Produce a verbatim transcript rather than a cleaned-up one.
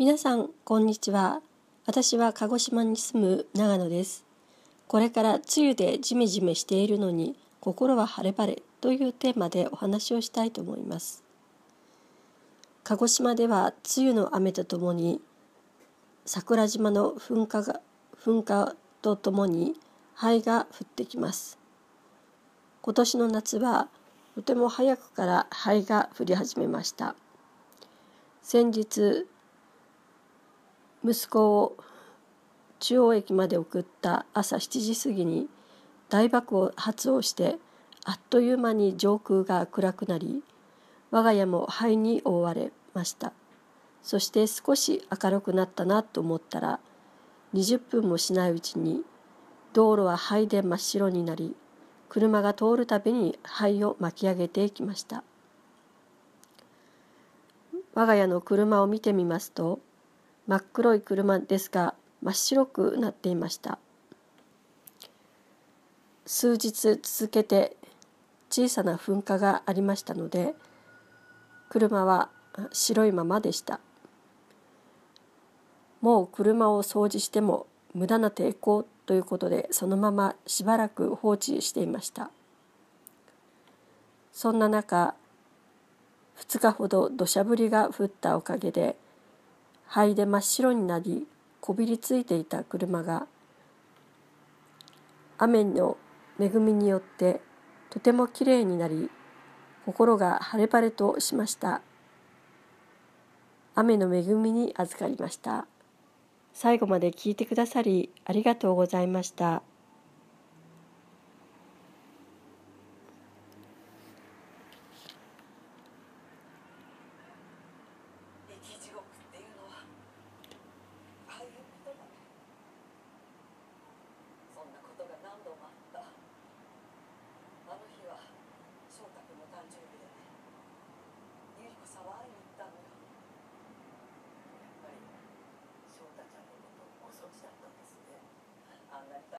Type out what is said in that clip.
皆さんこんにちは。私は鹿児島に住む長野です。これから梅雨でジメジメしているのに心は晴れ晴れというテーマでお話をしたいと思います。鹿児島では梅雨の雨とともに桜島の噴火が噴火とともに灰が降ってきます。今年の夏はとても早くから灰が降り始めました。先日息子を中央駅まで送った朝しちじ過ぎに大爆発をしてあっという間に上空が暗くなり、我が家も灰に覆われました。そして少し明るくなったなと思ったらにじゅっぷんもしないうちに道路は灰で真っ白になり、車が通るたびに灰を巻き上げていきました。我が家の車を見てみますと、真っ黒い車ですが真っ白くなっていました。数日続けて小さな噴火がありましたので、車は白いままでした。もう車を掃除しても無駄な抵抗ということで、そのまましばらく放置していました。そんな中、ふつかほど土砂降りが降ったおかげで灰で真っ白になり、こびりついていた車が雨の恵みによってとてもきれいになり、心が晴れ晴れとしました。雨の恵みに預かりました。最後まで聞いてくださりありがとうございました。